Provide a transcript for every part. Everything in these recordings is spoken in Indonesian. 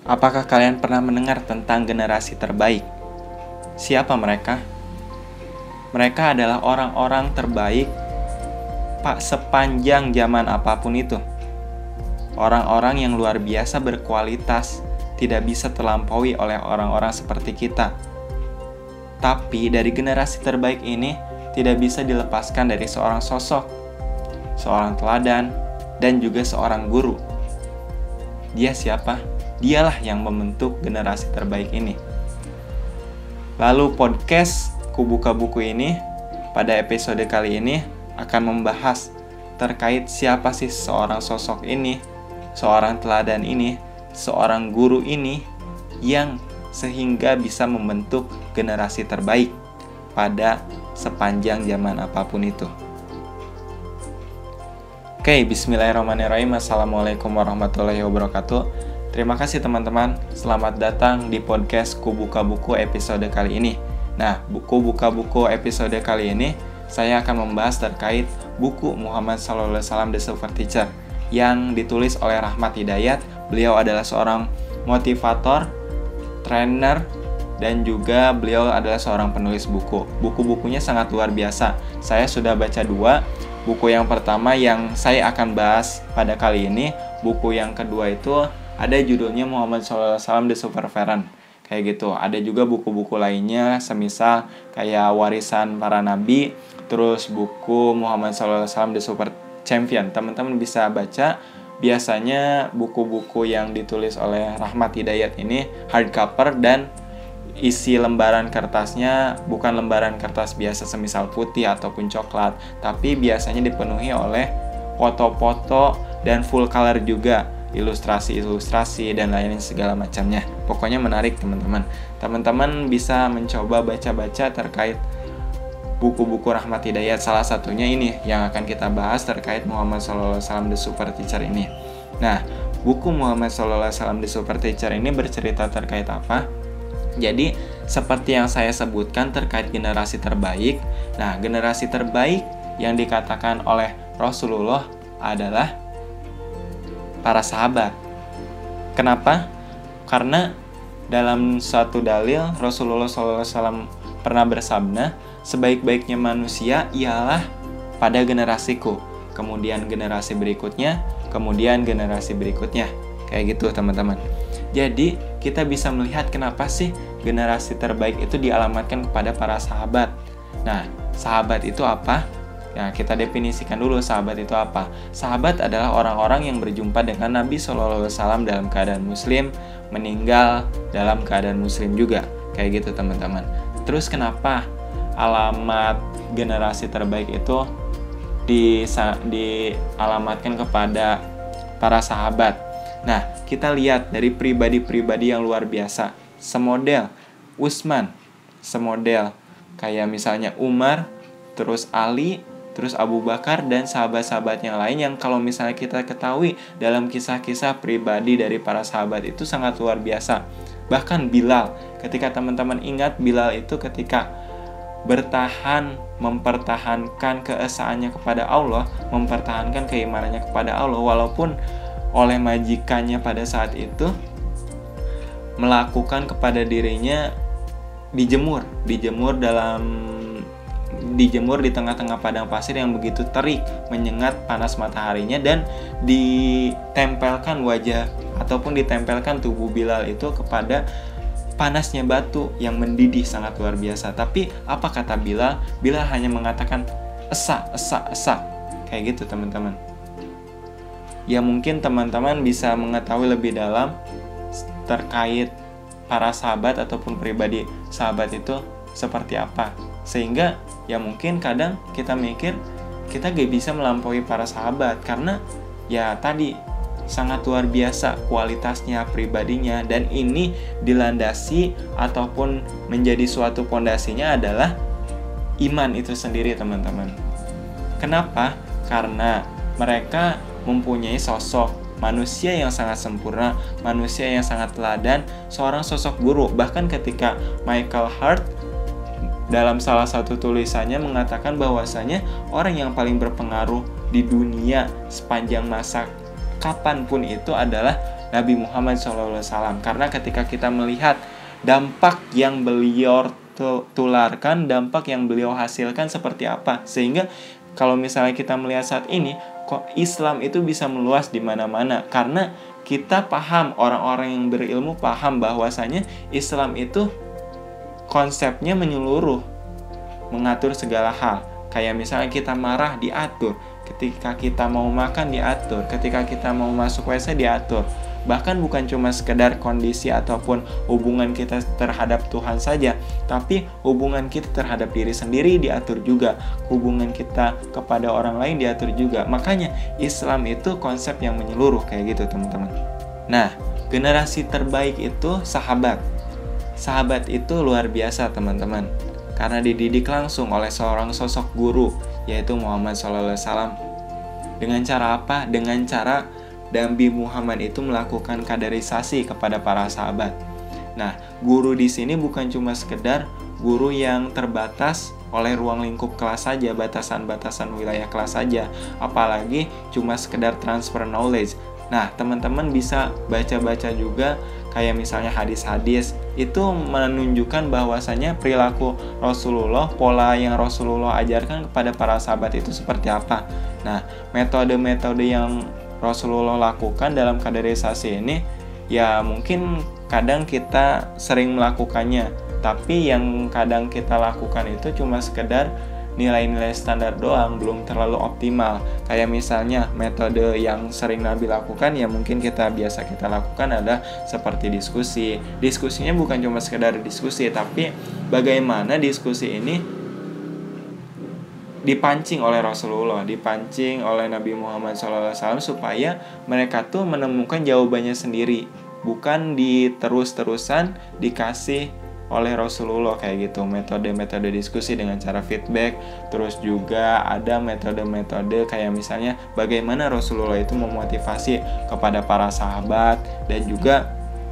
Apakah kalian pernah mendengar tentang generasi terbaik? Siapa mereka? Mereka adalah orang-orang terbaik sepanjang zaman apapun itu. Orang-orang yang luar biasa berkualitas, tidak bisa terlampaui oleh orang-orang seperti kita. Tapi dari generasi terbaik ini tidak bisa dilepaskan dari seorang sosok, seorang teladan, dan juga seorang guru. Dia siapa? Dialah yang membentuk generasi terbaik ini. Lalu podcast Kubuka Buku ini pada episode kali ini akan membahas terkait siapa sih seorang sosok ini, seorang teladan ini, seorang guru ini yang sehingga bisa membentuk generasi terbaik pada sepanjang zaman apapun itu. Oke, bismillahirrahmanirrahim. Assalamualaikum warahmatullahi wabarakatuh. Terima kasih teman-teman, selamat datang di podcast Kubuka Buku episode kali ini. Nah, Kubuka Buku episode kali ini saya akan membahas terkait buku Muhammad SAW The Super Teacher yang ditulis oleh Rahmat Hidayat. Beliau adalah seorang motivator, trainer, dan juga beliau adalah seorang penulis buku. Buku-bukunya sangat luar biasa. Saya sudah baca 2. Buku yang pertama yang saya akan bahas pada kali ini, buku yang kedua itu ada judulnya Muhammad SAW The Super Veteran. Kayak gitu. Ada juga buku-buku lainnya semisal kayak Warisan Para Nabi, terus buku Muhammad SAW The Super Champion. Teman-teman bisa baca. Biasanya buku-buku yang ditulis oleh Rahmat Hidayat ini hardcover dan isi lembaran kertasnya bukan lembaran kertas biasa semisal putih ataupun coklat, tapi biasanya dipenuhi oleh foto-foto dan full color juga, ilustrasi-ilustrasi dan lain segala macamnya. Pokoknya menarik teman-teman. Teman-teman bisa mencoba baca-baca terkait buku-buku Rahmat Hidayat. Salah satunya ini yang akan kita bahas terkait Muhammad SAW The Super Teacher ini. Nah, buku Muhammad SAW The Super Teacher ini bercerita terkait apa? Jadi, seperti yang saya sebutkan terkait generasi terbaik. Nah, generasi terbaik yang dikatakan oleh Rasulullah adalah para sahabat. Kenapa? Karena dalam suatu dalil Rasulullah SAW pernah bersabda, sebaik-baiknya manusia ialah pada generasiku, kemudian generasi berikutnya, kemudian generasi berikutnya. Kayak gitu teman-teman. Jadi kita bisa melihat kenapa sih generasi terbaik itu dialamatkan kepada para sahabat. Nah, sahabat itu apa? Nah, kita definisikan dulu sahabat itu apa. Sahabat adalah orang-orang yang berjumpa dengan Nabi SAW dalam keadaan muslim, meninggal dalam keadaan muslim juga. Kayak gitu teman-teman. Terus kenapa alamat generasi terbaik itu dialamatkan kepada para sahabat? Nah, kita lihat dari pribadi-pribadi yang luar biasa. Semodel Utsman, semodel kayak misalnya Umar, terus Ali, terus Abu Bakar, dan sahabat-sahabat yang lain yang kalau misalnya kita ketahui dalam kisah-kisah pribadi dari para sahabat itu sangat luar biasa. Bahkan Bilal, ketika teman-teman ingat Bilal itu ketika bertahan, mempertahankan keesaannya kepada Allah, mempertahankan keimanannya kepada Allah, walaupun oleh majikannya pada saat itu melakukan kepada dirinya dijemur di tengah-tengah padang pasir yang begitu terik, menyengat panas mataharinya, dan ditempelkan wajah ataupun ditempelkan tubuh Bilal itu kepada panasnya batu yang mendidih sangat luar biasa. Tapi apa kata Bilal? Bilal hanya mengatakan esa. Kayak gitu teman-teman. Ya mungkin teman-teman bisa mengetahui lebih dalam terkait para sahabat ataupun pribadi sahabat itu seperti apa. Sehingga ya mungkin kadang kita mikir kita gak bisa melampaui para sahabat karena ya tadi sangat luar biasa kualitasnya, pribadinya, dan ini dilandasi ataupun menjadi suatu pondasinya adalah iman itu sendiri teman-teman. Kenapa? Karena mereka mempunyai sosok manusia yang sangat sempurna, manusia yang sangat teladan, seorang sosok guru. Bahkan ketika Michael Hart dalam salah satu tulisannya mengatakan bahwasanya orang yang paling berpengaruh di dunia sepanjang masa kapanpun itu adalah Nabi Muhammad SAW. Karena ketika kita melihat dampak yang beliau tularkan, dampak yang beliau hasilkan seperti apa, sehingga kalau misalnya kita melihat saat ini, kok Islam itu bisa meluas di mana-mana, karena kita paham, orang-orang yang berilmu paham bahwasanya Islam itu konsepnya menyeluruh, mengatur segala hal. Kayak misalnya kita marah diatur, ketika kita mau makan diatur, ketika kita mau masuk WC diatur. Bahkan bukan cuma sekedar kondisi ataupun hubungan kita terhadap Tuhan saja, tapi hubungan kita terhadap diri sendiri diatur juga, hubungan kita kepada orang lain diatur juga. Makanya Islam itu konsep yang menyeluruh kayak gitu teman-teman. Nah, generasi terbaik itu sahabat. Sahabat itu luar biasa teman-teman, karena dididik langsung oleh seorang sosok guru, yaitu Muhammad SAW. Dengan cara apa? Dengan cara Nabi Muhammad itu melakukan kaderisasi kepada para sahabat. Nah, guru di sini bukan cuma sekedar guru yang terbatas oleh ruang lingkup kelas saja, batasan-batasan wilayah kelas saja, apalagi cuma sekedar transfer knowledge. Nah, teman-teman bisa baca-baca juga kayak misalnya hadis-hadis, itu menunjukkan bahwasanya perilaku Rasulullah, pola yang Rasulullah ajarkan kepada para sahabat itu seperti apa. Nah, metode-metode yang Rasulullah lakukan dalam kaderisasi ini, ya mungkin kadang kita sering melakukannya, tapi yang kadang kita lakukan itu cuma sekedar nilai-nilai standar doang, belum terlalu optimal. Kayak misalnya metode yang sering Nabi lakukan, ya mungkin biasa kita lakukan adalah seperti diskusi. Diskusinya bukan cuma sekedar diskusi, tapi bagaimana diskusi ini dipancing oleh Rasulullah, dipancing oleh Nabi Muhammad SAW, supaya mereka tuh menemukan jawabannya sendiri, bukan diterus-terusan dikasih oleh Rasulullah kayak gitu. Metode-metode diskusi dengan cara feedback. Terus juga ada metode-metode kayak misalnya bagaimana Rasulullah itu memotivasi kepada para sahabat, dan juga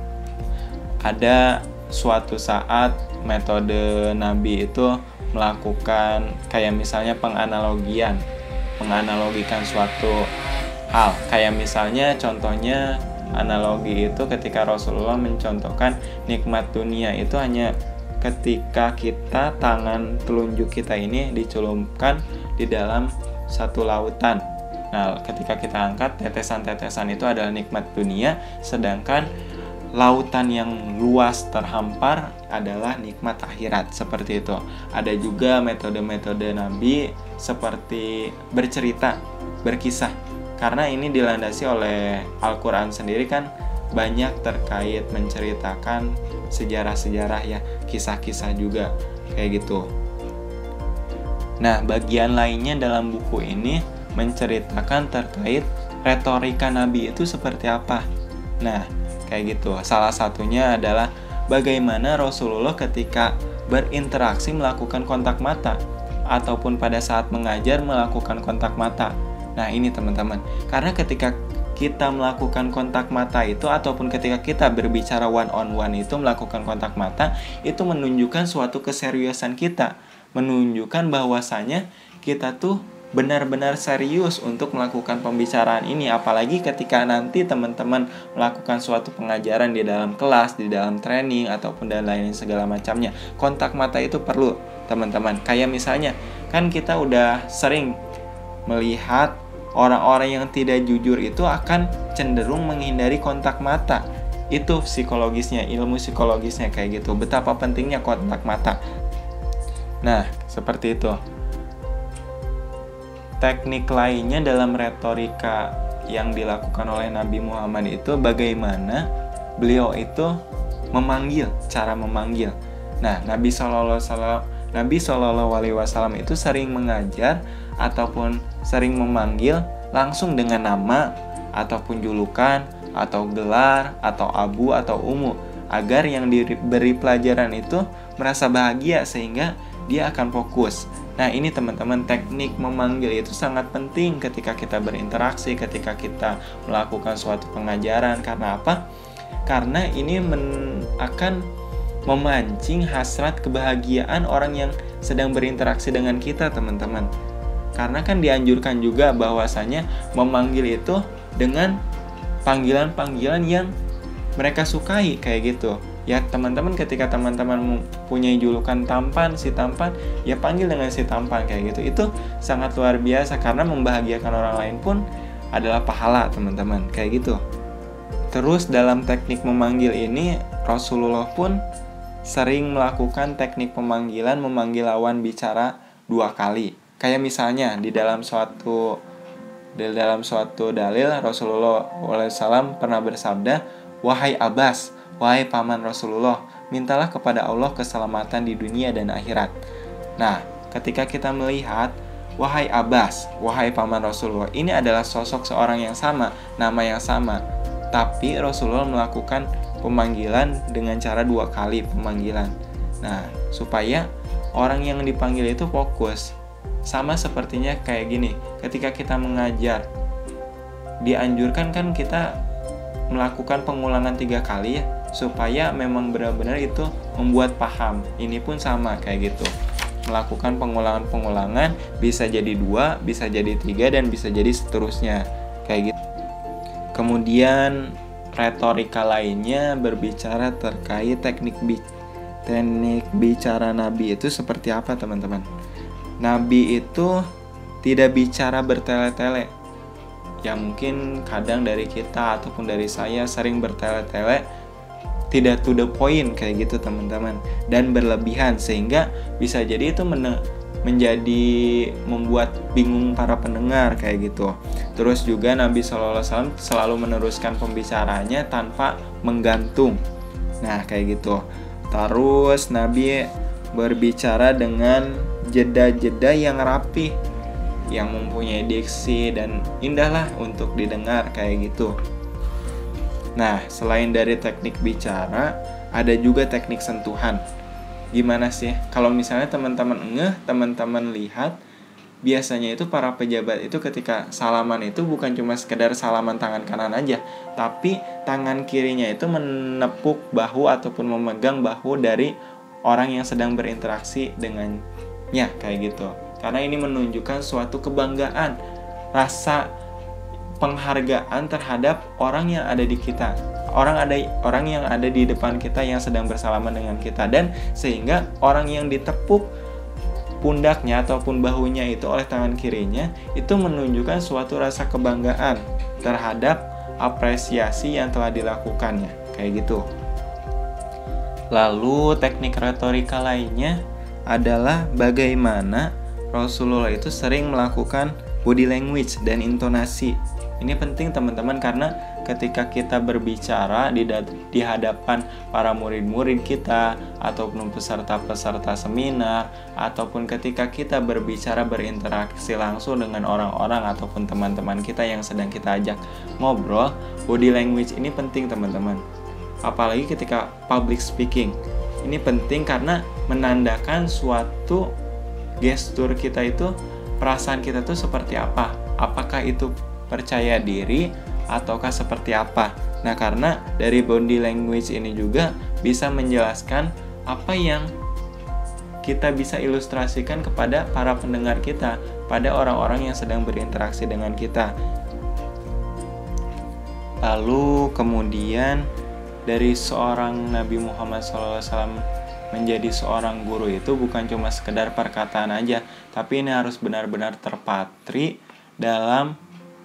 ada suatu saat metode Nabi itu melakukan kayak misalnya menganalogikan suatu hal. Kayak misalnya contohnya analogi itu ketika Rasulullah mencontohkan nikmat dunia itu hanya ketika kita tangan telunjuk kita ini dicelupkan di dalam satu lautan. Nah, ketika kita angkat, tetesan-tetesan itu adalah nikmat dunia, sedangkan lautan yang luas terhampar adalah nikmat akhirat, seperti itu. Ada juga metode-metode Nabi seperti bercerita, berkisah. Karena ini dilandasi oleh Al-Quran sendiri kan banyak terkait menceritakan sejarah-sejarah ya, kisah-kisah juga kayak gitu. Nah, bagian lainnya dalam buku ini menceritakan terkait retorika Nabi itu seperti apa. Nah, kayak gitu. Salah satunya adalah bagaimana Rasulullah ketika berinteraksi melakukan kontak mata, ataupun pada saat mengajar melakukan kontak mata. Nah, ini teman-teman, karena ketika kita melakukan kontak mata itu, ataupun ketika kita berbicara one on one itu melakukan kontak mata, itu menunjukkan suatu keseriusan kita, menunjukkan bahwasanya kita tuh benar-benar serius untuk melakukan pembicaraan ini. Apalagi ketika nanti teman-teman melakukan suatu pengajaran di dalam kelas, di dalam training, ataupun dan lain segala macamnya, kontak mata itu perlu teman-teman. Kayak misalnya kan kita udah sering melihat orang-orang yang tidak jujur itu akan cenderung menghindari kontak mata. Itu psikologisnya, ilmu psikologisnya kayak gitu, betapa pentingnya kontak mata. Nah, seperti itu. Teknik lainnya dalam retorika yang dilakukan oleh Nabi Muhammad itu bagaimana beliau itu memanggil, cara memanggil. Nah, Nabi SAW itu sering mengajar ataupun sering memanggil langsung dengan nama ataupun julukan atau gelar atau abu atau umu, agar yang diberi pelajaran itu merasa bahagia sehingga dia akan fokus. Nah, ini teman-teman, teknik memanggil itu sangat penting ketika kita berinteraksi, ketika kita melakukan suatu pengajaran. Karena apa? Karena ini akan memancing hasrat kebahagiaan orang yang sedang berinteraksi dengan kita, teman-teman. Karena kan dianjurkan juga bahwasanya memanggil itu dengan panggilan-panggilan yang mereka sukai kayak gitu. Ya teman-teman, ketika teman-teman punya julukan tampan, si tampan, ya panggil dengan si tampan kayak gitu. Itu sangat luar biasa karena membahagiakan orang lain pun adalah pahala teman-teman kayak gitu. Terus dalam teknik memanggil ini Rasulullah pun sering melakukan teknik pemanggilan, memanggil lawan bicara 2 kali. Kayak misalnya di dalam suatu dalil Rasulullah SAW pernah bersabda, "Wahai Abbas, wahai paman Rasulullah, mintalah kepada Allah keselamatan di dunia dan akhirat." Nah, ketika kita melihat wahai Abbas, wahai paman Rasulullah, ini adalah sosok seorang yang sama, nama yang sama, tapi Rasulullah melakukan pemanggilan dengan cara 2 kali pemanggilan. Nah, supaya orang yang dipanggil itu fokus. Sama sepertinya kayak gini, ketika kita mengajar, dianjurkan kan kita melakukan pengulangan 3 kali ya, supaya memang benar-benar itu membuat paham. Ini pun sama kayak gitu. Melakukan pengulangan-pengulangan bisa jadi 2, bisa jadi 3, dan bisa jadi seterusnya kayak gitu. Kemudian retorika lainnya berbicara terkait teknik bicara Nabi itu seperti apa teman-teman. Nabi itu tidak bicara bertele-tele. Ya mungkin kadang dari kita ataupun dari saya sering bertele-tele, tidak to the point kayak gitu teman-teman, dan berlebihan sehingga bisa jadi itu menjadi membuat bingung para pendengar kayak gitu. Terus juga Nabi SAW selalu meneruskan pembicaranya tanpa menggantung. Nah kayak gitu. Terus Nabi berbicara dengan jeda-jeda yang rapi, yang mempunyai diksi dan indahlah untuk didengar kayak gitu. Nah selain dari teknik bicara, ada juga teknik sentuhan. Gimana sih? Kalau misalnya teman-teman teman-teman lihat, biasanya itu para pejabat itu ketika salaman itu bukan cuma sekedar salaman tangan kanan aja, tapi tangan kirinya itu menepuk bahu ataupun memegang bahu dari orang yang sedang berinteraksi dengannya kayak gitu. Karena ini menunjukkan suatu kebanggaan, rasa penghargaan terhadap orang yang ada di kita. Orang yang ada di depan kita yang sedang bersalaman dengan kita, dan sehingga orang yang ditepuk pundaknya ataupun bahunya itu oleh tangan kirinya itu menunjukkan suatu rasa kebanggaan terhadap apresiasi yang telah dilakukannya kayak gitu. Lalu teknik retorika lainnya adalah bagaimana Rasulullah itu sering melakukan body language dan intonasi. Ini penting teman-teman, karena ketika kita berbicara di hadapan para murid-murid kita ataupun peserta-peserta seminar, ataupun ketika kita berbicara berinteraksi langsung dengan orang-orang ataupun teman-teman kita yang sedang kita ajak ngobrol, body language ini penting teman-teman. Apalagi ketika public speaking. Ini penting karena menandakan suatu gestur kita itu, perasaan kita tuh seperti apa. Apakah itu percaya diri ataukah seperti apa. Nah, karena dari body language ini juga bisa menjelaskan apa yang kita bisa ilustrasikan kepada para pendengar kita, pada orang-orang yang sedang berinteraksi dengan kita. Lalu kemudian dari seorang Nabi Muhammad SAW menjadi seorang guru itu bukan cuma sekedar perkataan aja, tapi ini harus benar-benar terpatri dalam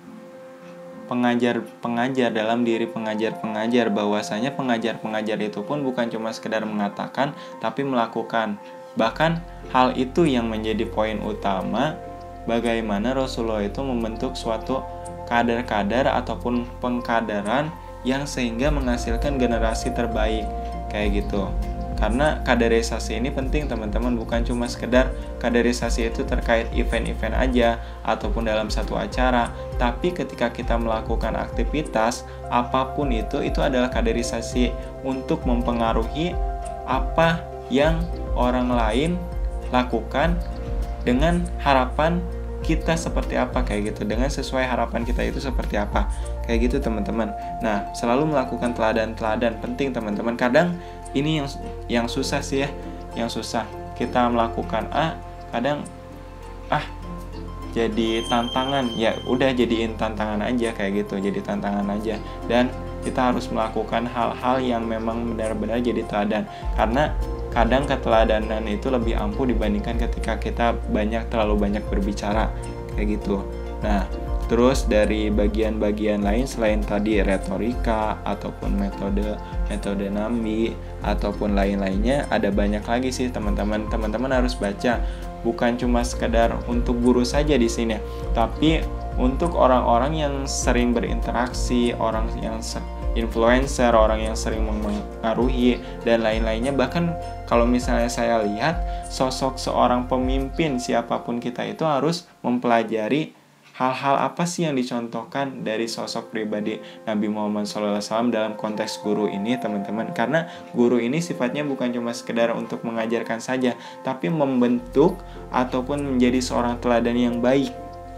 pengajar dalam diri pengajar-pengajar, bahwasanya pengajar-pengajar itu pun bukan cuma sekedar mengatakan tapi melakukan. Bahkan hal itu yang menjadi poin utama bagaimana Rasulullah itu membentuk suatu kader-kader ataupun pengkaderan yang sehingga menghasilkan generasi terbaik kayak gitu. Karena kaderisasi ini penting teman-teman, bukan cuma sekedar kaderisasi itu terkait event-event aja ataupun dalam satu acara, tapi ketika kita melakukan aktivitas apapun itu adalah kaderisasi untuk mempengaruhi apa yang orang lain lakukan dengan harapan kita seperti apa kayak gitu, dengan sesuai harapan kita itu seperti apa kayak gitu teman-teman. Nah, selalu melakukan teladan-teladan penting teman-teman. Kadang ini yang susah sih ya, yang susah kita melakukan A, kadang jadi tantangan, ya udah jadiin tantangan aja kayak gitu, jadi tantangan aja. Dan kita harus melakukan hal-hal yang memang benar-benar jadi teladan, karena kadang keteladanan itu lebih ampuh dibandingkan ketika kita terlalu banyak berbicara kayak gitu. Nah, terus dari bagian-bagian lain selain tadi retorika ataupun metode Nambi ataupun lain-lainnya, ada banyak lagi sih teman-teman. Teman-teman harus baca, bukan cuma sekedar untuk guru saja di sini, tapi untuk orang-orang yang sering berinteraksi, orang yang influencer, orang yang sering mengaruhi dan lain-lainnya. Bahkan kalau misalnya saya lihat sosok seorang pemimpin siapapun kita itu harus mempelajari hal-hal apa sih yang dicontohkan dari sosok pribadi Nabi Muhammad SAW dalam konteks guru ini, teman-teman. Karena guru ini sifatnya bukan cuma sekedar untuk mengajarkan saja, tapi membentuk ataupun menjadi seorang teladan yang baik.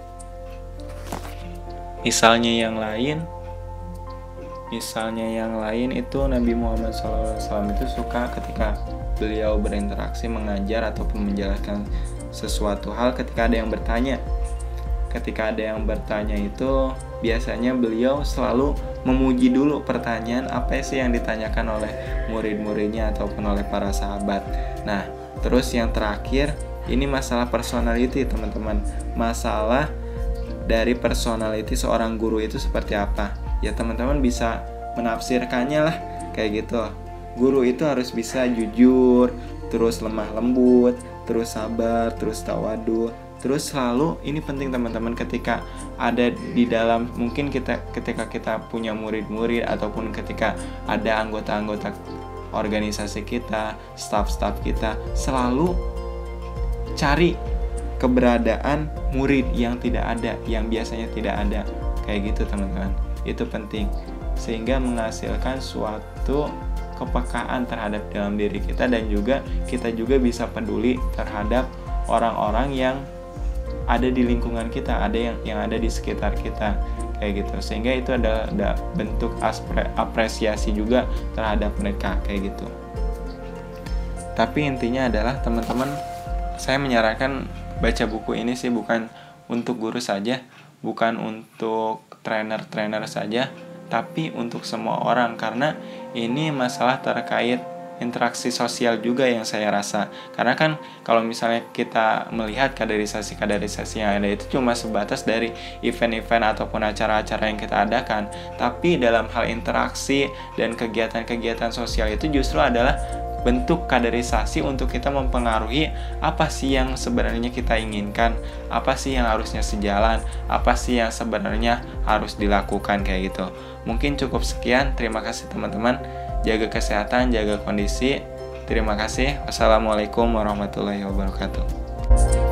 Misalnya yang lain itu Nabi Muhammad SAW itu suka ketika beliau berinteraksi, mengajar ataupun menjelaskan sesuatu hal, ketika ada yang bertanya. Ketika ada yang bertanya itu biasanya beliau selalu memuji dulu pertanyaan apa sih yang ditanyakan oleh murid-muridnya ataupun oleh para sahabat. Nah, terus yang terakhir ini masalah personality, teman-teman. Masalah dari personality seorang guru itu seperti apa? Ya teman-teman bisa menafsirkannya lah kayak gitu. Guru itu harus bisa jujur, terus lemah lembut, terus sabar, terus tawadu. Terus selalu, ini penting teman-teman, ketika ada di dalam, mungkin ketika kita punya murid-murid ataupun ketika ada anggota-anggota organisasi kita, staff-staff kita, selalu cari keberadaan murid yang tidak ada, yang biasanya tidak ada. Kayak gitu teman-teman, itu penting. Sehingga menghasilkan suatu kepekaan terhadap dalam diri kita, dan juga kita juga bisa peduli terhadap orang-orang yang ada di lingkungan kita, ada yang ada di sekitar kita kayak gitu. Sehingga itu adalah bentuk apresiasi juga terhadap mereka kayak gitu. Tapi intinya adalah teman-teman, saya menyarankan baca buku ini sih bukan untuk guru saja, bukan untuk trainer saja, tapi untuk semua orang, karena ini masalah terkait interaksi sosial juga yang saya rasa. Karena kan kalau misalnya kita melihat kaderisasi yang ada itu cuma sebatas dari event-event ataupun acara-acara yang kita adakan, tapi dalam hal interaksi dan kegiatan-kegiatan sosial itu justru adalah bentuk kaderisasi untuk kita mempengaruhi apa sih yang sebenarnya kita inginkan, apa sih yang harusnya sejalan, apa sih yang sebenarnya harus dilakukan kayak gitu. Mungkin cukup sekian, terima kasih teman-teman. Jaga kesehatan, jaga kondisi. Terima kasih. Wassalamualaikum warahmatullahi wabarakatuh.